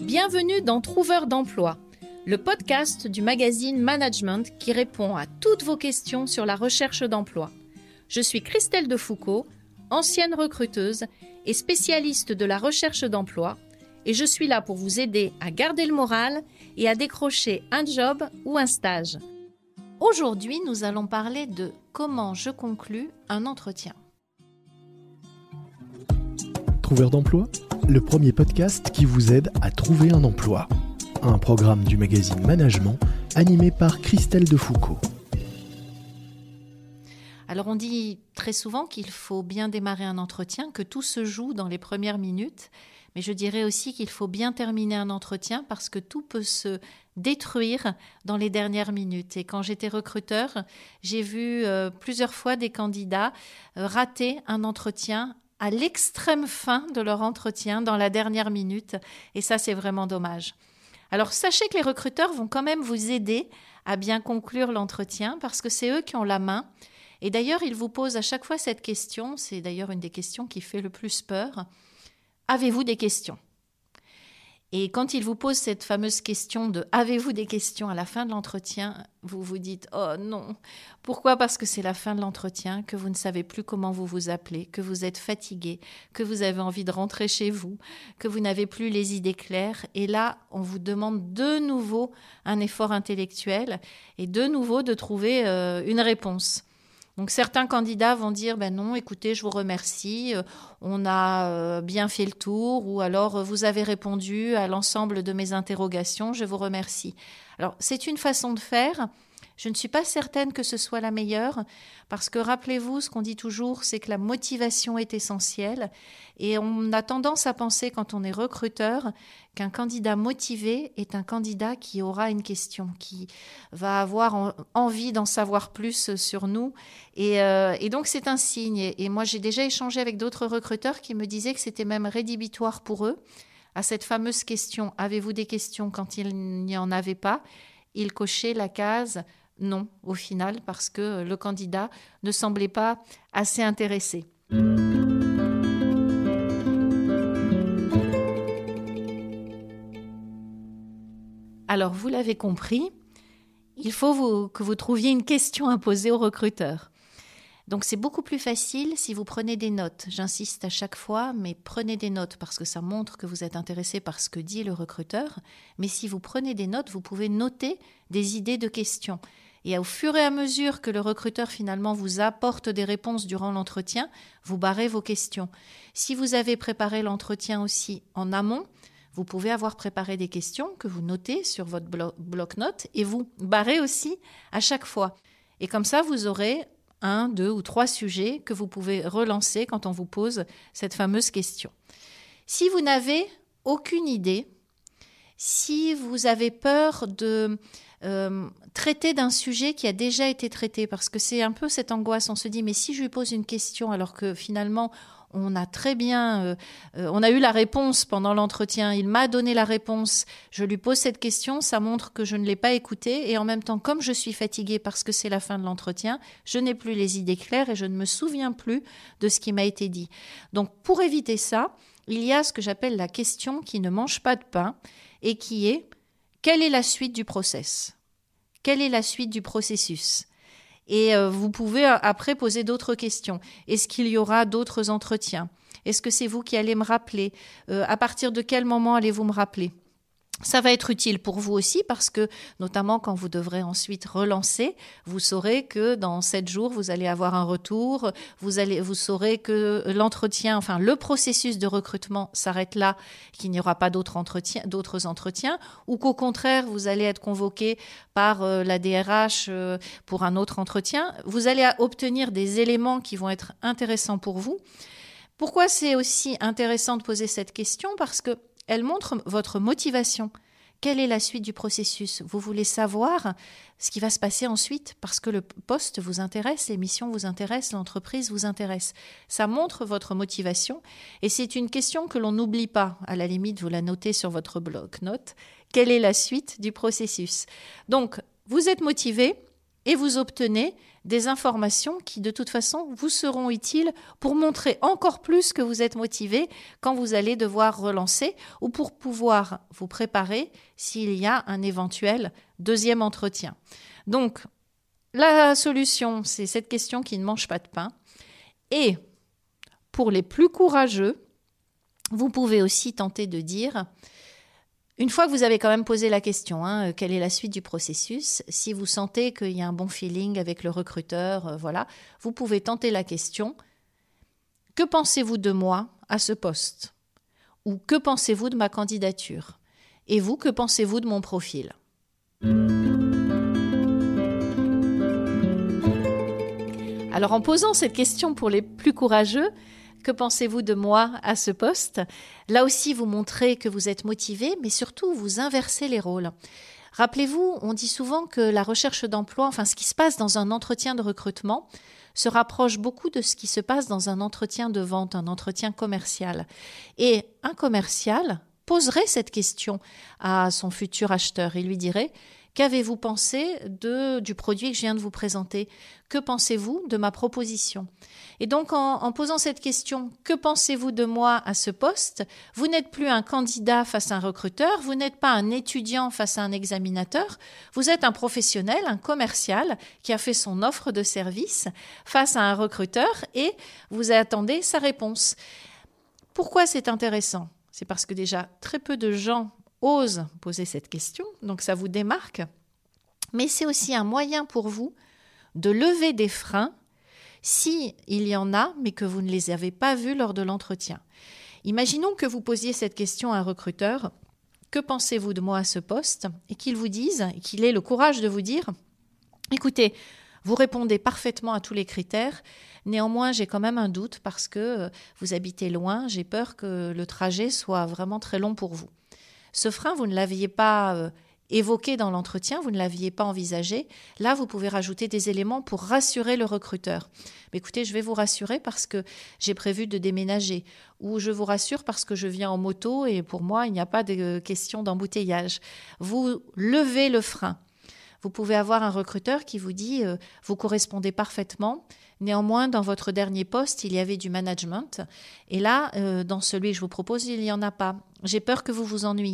Bienvenue dans Trouveur d'emploi, le podcast du magazine Management qui répond à toutes vos questions sur la recherche d'emploi. Je suis Christelle Defoucault, ancienne recruteuse et spécialiste de la recherche d'emploi, et je suis là pour vous aider à garder le moral et à décrocher un job ou un stage. Aujourd'hui, nous allons parler de comment je conclus un entretien. Trouveur d'emploi, le premier podcast qui vous aide à trouver un emploi. Un programme du magazine Management animé par Christelle Defoucault. Alors on dit très souvent qu'il faut bien démarrer un entretien, que tout se joue dans les premières minutes, mais je dirais aussi qu'il faut bien terminer un entretien parce que tout peut se détruire dans les dernières minutes. Et quand j'étais recruteur, j'ai vu plusieurs fois des candidats rater un entretien à l'extrême fin de leur entretien, dans la dernière minute, et ça c'est vraiment dommage. Alors sachez que les recruteurs vont quand même vous aider à bien conclure l'entretien parce que c'est eux qui ont la main. Et d'ailleurs, ils vous posent à chaque fois cette question, c'est d'ailleurs une des questions qui fait le plus peur. Avez-vous des questions ? Et quand ils vous posent cette fameuse question de « Avez-vous des questions ?» à la fin de l'entretien, vous vous dites « Oh non !» Pourquoi ? Parce que c'est la fin de l'entretien, que vous ne savez plus comment vous vous appelez, que vous êtes fatigué, que vous avez envie de rentrer chez vous, que vous n'avez plus les idées claires. Et là, on vous demande de nouveau un effort intellectuel et de nouveau de trouver une réponse. Donc certains candidats vont dire ben non, écoutez, je vous remercie, on a bien fait le tour, ou alors vous avez répondu à l'ensemble de mes interrogations, je vous remercie. Alors c'est une façon de faire. Je ne suis pas certaine que ce soit la meilleure parce que rappelez-vous, ce qu'on dit toujours, c'est que la motivation est essentielle et on a tendance à penser quand on est recruteur qu'un candidat motivé est un candidat qui aura une question, qui va avoir envie d'en savoir plus sur nous et donc c'est un signe. Et moi j'ai déjà échangé avec d'autres recruteurs qui me disaient que c'était même rédhibitoire pour eux à cette fameuse question « Avez-vous des questions ?» quand il n'y en avait pas, ils cochaient la case non, au final, parce que le candidat ne semblait pas assez intéressé. Alors, vous l'avez compris, il faut que vous trouviez une question à poser au recruteur. Donc, c'est beaucoup plus facile si vous prenez des notes. J'insiste à chaque fois, mais prenez des notes parce que ça montre que vous êtes intéressé par ce que dit le recruteur. Mais si vous prenez des notes, vous pouvez noter des idées de questions. Et au fur et à mesure que le recruteur finalement vous apporte des réponses durant l'entretien, vous barrez vos questions. Si vous avez préparé l'entretien aussi en amont, vous pouvez avoir préparé des questions que vous notez sur votre bloc-notes et vous barrez aussi à chaque fois. Et comme ça, vous aurez 1, 2 ou 3 sujets que vous pouvez relancer quand on vous pose cette fameuse question. Si vous n'avez aucune idée, si vous avez peur de traiter d'un sujet qui a déjà été traité, parce que c'est un peu cette angoisse, on se dit mais si je lui pose une question alors que finalement on a très bien, on a eu la réponse pendant l'entretien, il m'a donné la réponse, je lui pose cette question, ça montre que je ne l'ai pas écouté et en même temps comme je suis fatiguée parce que c'est la fin de l'entretien, je n'ai plus les idées claires et je ne me souviens plus de ce qui m'a été dit. Donc pour éviter ça, il y a ce que j'appelle la question qui ne mange pas de pain et qui est quelle est la suite du process ? Quelle est la suite du processus ? Et vous pouvez après poser d'autres questions. Est-ce qu'il y aura d'autres entretiens ? Est-ce que c'est vous qui allez me rappeler ? À partir de quel moment allez-vous me rappeler ? Ça va être utile pour vous aussi parce que, notamment quand vous devrez ensuite relancer, vous saurez que dans 7 jours, vous allez avoir un retour, vous saurez que l'entretien, enfin le processus de recrutement s'arrête là, qu'il n'y aura pas d'autres entretiens, ou qu'au contraire, vous allez être convoqué par la DRH pour un autre entretien. Vous allez obtenir des éléments qui vont être intéressants pour vous. Pourquoi c'est aussi intéressant de poser cette question ? Parce que elle montre votre motivation. Quelle est la suite du processus ? Vous voulez savoir ce qui va se passer ensuite parce que le poste vous intéresse, les missions vous intéressent, l'entreprise vous intéresse. Ça montre votre motivation et c'est une question que l'on n'oublie pas. À la limite, vous la notez sur votre bloc-notes. Quelle est la suite du processus ? Donc, vous êtes motivé, et vous obtenez des informations qui, de toute façon, vous seront utiles pour montrer encore plus que vous êtes motivé quand vous allez devoir relancer ou pour pouvoir vous préparer s'il y a un éventuel deuxième entretien. Donc, la solution, c'est cette question qui ne mange pas de pain. Et pour les plus courageux, vous pouvez aussi tenter de dire, une fois que vous avez quand même posé la question, quelle est la suite du processus, si vous sentez qu'il y a un bon feeling avec le recruteur, vous pouvez tenter la question, que pensez-vous de moi à ce poste ? Ou que pensez-vous de ma candidature ? Et vous, que pensez-vous de mon profil ? Alors en posant cette question pour les plus courageux, que pensez-vous de moi à ce poste ? Là aussi, vous montrez que vous êtes motivé, mais surtout, vous inversez les rôles. Rappelez-vous, on dit souvent que la recherche d'emploi, ce qui se passe dans un entretien de recrutement, se rapproche beaucoup de ce qui se passe dans un entretien de vente, un entretien commercial. Et un commercial poserait cette question à son futur acheteur et lui dirait « Qu'avez-vous pensé du produit que je viens de vous présenter ? Que pensez-vous de ma proposition ?» Et donc, en posant cette question, que pensez-vous de moi à ce poste ? Vous n'êtes plus un candidat face à un recruteur, vous n'êtes pas un étudiant face à un examinateur, vous êtes un professionnel, un commercial qui a fait son offre de service face à un recruteur et vous attendez sa réponse. Pourquoi c'est intéressant ? C'est parce que déjà, très peu de gens osent poser cette question, donc ça vous démarque. Mais c'est aussi un moyen pour vous de lever des freins s'il y en a, mais que vous ne les avez pas vus lors de l'entretien. Imaginons que vous posiez cette question à un recruteur. Que pensez-vous de moi à ce poste ? Et qu'il vous dise, qu'il ait le courage de vous dire « Écoutez, vous répondez parfaitement à tous les critères. Néanmoins, j'ai quand même un doute parce que vous habitez loin. J'ai peur que le trajet soit vraiment très long pour vous. » Ce frein, vous ne l'aviez pas évoqué dans l'entretien, vous ne l'aviez pas envisagé. Là, vous pouvez rajouter des éléments pour rassurer le recruteur. Mais écoutez, je vais vous rassurer parce que j'ai prévu de déménager. Ou je vous rassure parce que je viens en moto et pour moi, il n'y a pas de question d'embouteillage. Vous levez le frein. Vous pouvez avoir un recruteur qui vous dit « Vous correspondez parfaitement. Néanmoins, dans votre dernier poste, il y avait du management. Et là, dans celui que je vous propose, il n'y en a pas. J'ai peur que vous vous ennuyiez. »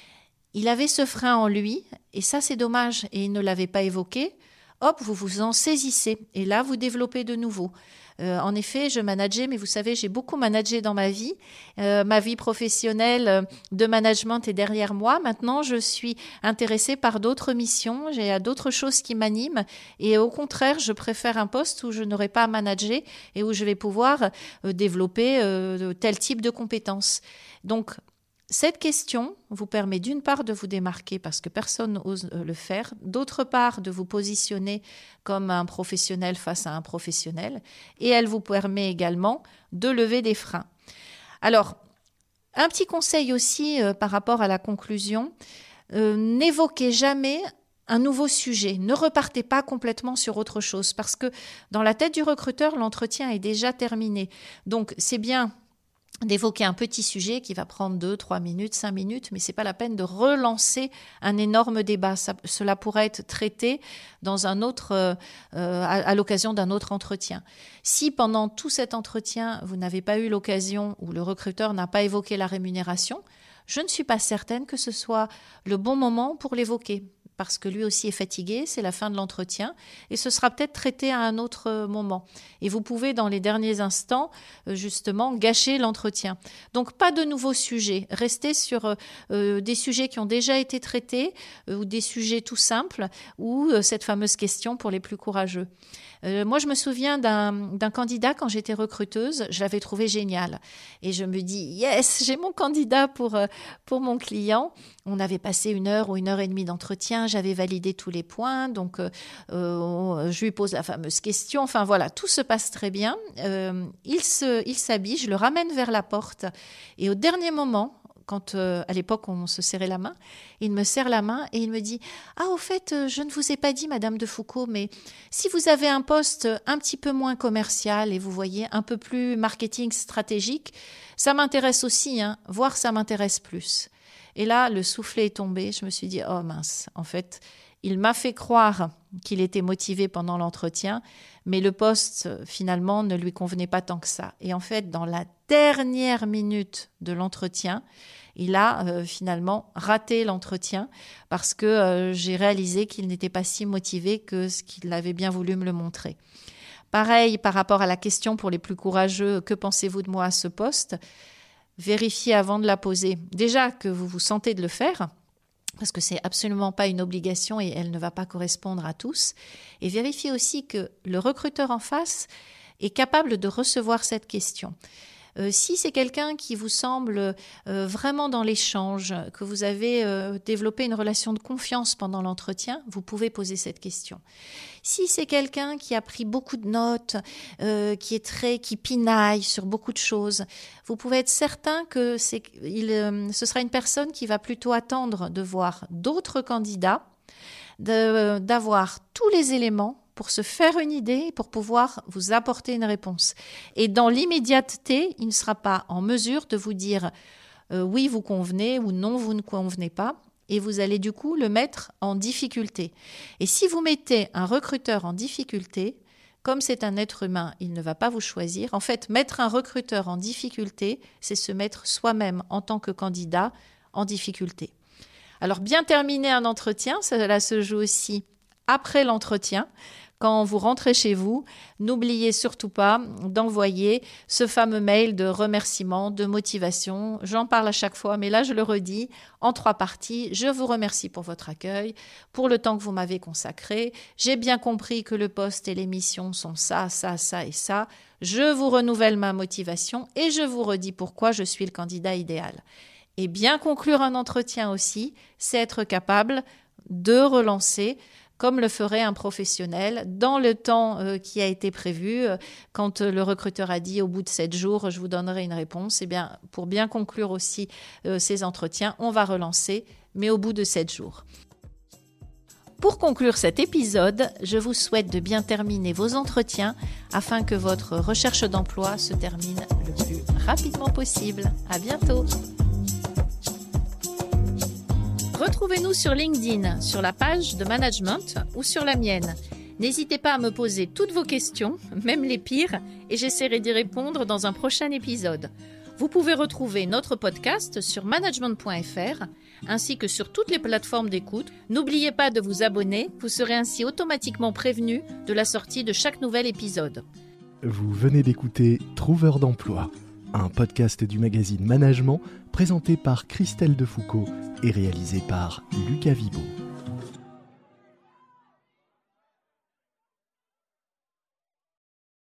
Il avait ce frein en lui, et ça c'est dommage, et il ne l'avait pas évoqué. Hop, vous vous en saisissez, et là vous développez de nouveau. En effet, je manageais, mais vous savez, j'ai beaucoup managé dans ma vie. Ma vie professionnelle de management est derrière moi. Maintenant, je suis intéressée par d'autres missions, j'ai d'autres choses qui m'animent, et au contraire, je préfère un poste où je n'aurai pas à manager et où je vais pouvoir développer tel type de compétences. Donc, cette question vous permet d'une part de vous démarquer parce que personne n'ose le faire, d'autre part de vous positionner comme un professionnel face à un professionnel et elle vous permet également de lever des freins. Alors, un petit conseil aussi par rapport à la conclusion, n'évoquez jamais un nouveau sujet, ne repartez pas complètement sur autre chose parce que dans la tête du recruteur, l'entretien est déjà terminé. Donc, c'est bien d'évoquer un petit sujet qui va prendre 2, 3 minutes, 5 minutes, mais ce n'est pas la peine de relancer un énorme débat. Cela pourrait être traité dans un autre, à l'occasion d'un autre entretien. Si pendant tout cet entretien, vous n'avez pas eu l'occasion ou le recruteur n'a pas évoqué la rémunération, je ne suis pas certaine que ce soit le bon moment pour l'évoquer. Parce que lui aussi est fatigué, c'est la fin de l'entretien, et ce sera peut-être traité à un autre moment. Et vous pouvez, dans les derniers instants, justement, gâcher l'entretien. Donc, pas de nouveaux sujets. Restez sur des sujets qui ont déjà été traités, ou des sujets tout simples, ou cette fameuse question pour les plus courageux. Moi, je me souviens d'un candidat, quand j'étais recruteuse, je l'avais trouvé génial. Et je me dis, yes, j'ai mon candidat pour mon client. On avait passé 1 heure ou 1 heure et demie d'entretien, j'avais validé tous les points, donc je lui pose la fameuse question. Enfin voilà, tout se passe très bien. Il s'habille, je le ramène vers la porte. Et au dernier moment, quand à l'époque on se serrait la main, il me serre la main et il me dit « Ah, au fait, je ne vous ai pas dit, Madame de Foucault, mais si vous avez un poste un petit peu moins commercial et vous voyez un peu plus marketing stratégique, ça m'intéresse aussi, voire ça m'intéresse plus. » Et là, le soufflet est tombé. Je me suis dit, oh mince, en fait, il m'a fait croire qu'il était motivé pendant l'entretien, mais le poste, finalement, ne lui convenait pas tant que ça. Et en fait, dans la dernière minute de l'entretien, il a finalement raté l'entretien parce que j'ai réalisé qu'il n'était pas si motivé que ce qu'il avait bien voulu me le montrer. Pareil, par rapport à la question pour les plus courageux, que pensez-vous de moi à ce poste ? Vérifiez avant de la poser. Déjà que vous vous sentez de le faire, parce que c'est absolument pas une obligation et elle ne va pas correspondre à tous. Et vérifiez aussi que le recruteur en face est capable de recevoir cette question. Si c'est quelqu'un qui vous semble vraiment dans l'échange, que vous avez développé une relation de confiance pendant l'entretien, vous pouvez poser cette question. Si c'est quelqu'un qui a pris beaucoup de notes, qui pinaille sur beaucoup de choses, vous pouvez être certain que ce sera une personne qui va plutôt attendre de voir d'autres candidats, d'avoir tous les éléments pour se faire une idée, pour pouvoir vous apporter une réponse. Et dans l'immédiateté, il ne sera pas en mesure de vous dire oui, vous convenez ou non, vous ne convenez pas. Et vous allez du coup le mettre en difficulté. Et si vous mettez un recruteur en difficulté, comme c'est un être humain, il ne va pas vous choisir. En fait, mettre un recruteur en difficulté, c'est se mettre soi-même en tant que candidat en difficulté. Alors, bien terminer un entretien, cela se joue aussi après l'entretien. Quand vous rentrez chez vous, n'oubliez surtout pas d'envoyer ce fameux mail de remerciement, de motivation. J'en parle à chaque fois, mais là, je le redis en 3 parties. Je vous remercie pour votre accueil, pour le temps que vous m'avez consacré. J'ai bien compris que le poste et les missions sont ça, ça, ça et ça. Je vous renouvelle ma motivation et je vous redis pourquoi je suis le candidat idéal. Et bien conclure un entretien aussi, c'est être capable de relancer comme le ferait un professionnel, dans le temps qui a été prévu. Quand le recruteur a dit au bout de 7 jours, je vous donnerai une réponse, eh bien, pour bien conclure aussi ces entretiens, on va relancer, mais au bout de 7 jours. Pour conclure cet épisode, je vous souhaite de bien terminer vos entretiens afin que votre recherche d'emploi se termine le plus rapidement possible. À bientôt! Retrouvez-nous sur LinkedIn, sur la page de management ou sur la mienne. N'hésitez pas à me poser toutes vos questions, même les pires, et j'essaierai d'y répondre dans un prochain épisode. Vous pouvez retrouver notre podcast sur management.fr ainsi que sur toutes les plateformes d'écoute. N'oubliez pas de vous abonner, vous serez ainsi automatiquement prévenu de la sortie de chaque nouvel épisode. Vous venez d'écouter Trouveur d'emploi, un podcast du magazine Management présenté par Christelle Defoucault et réalisé par Lucas Vibo.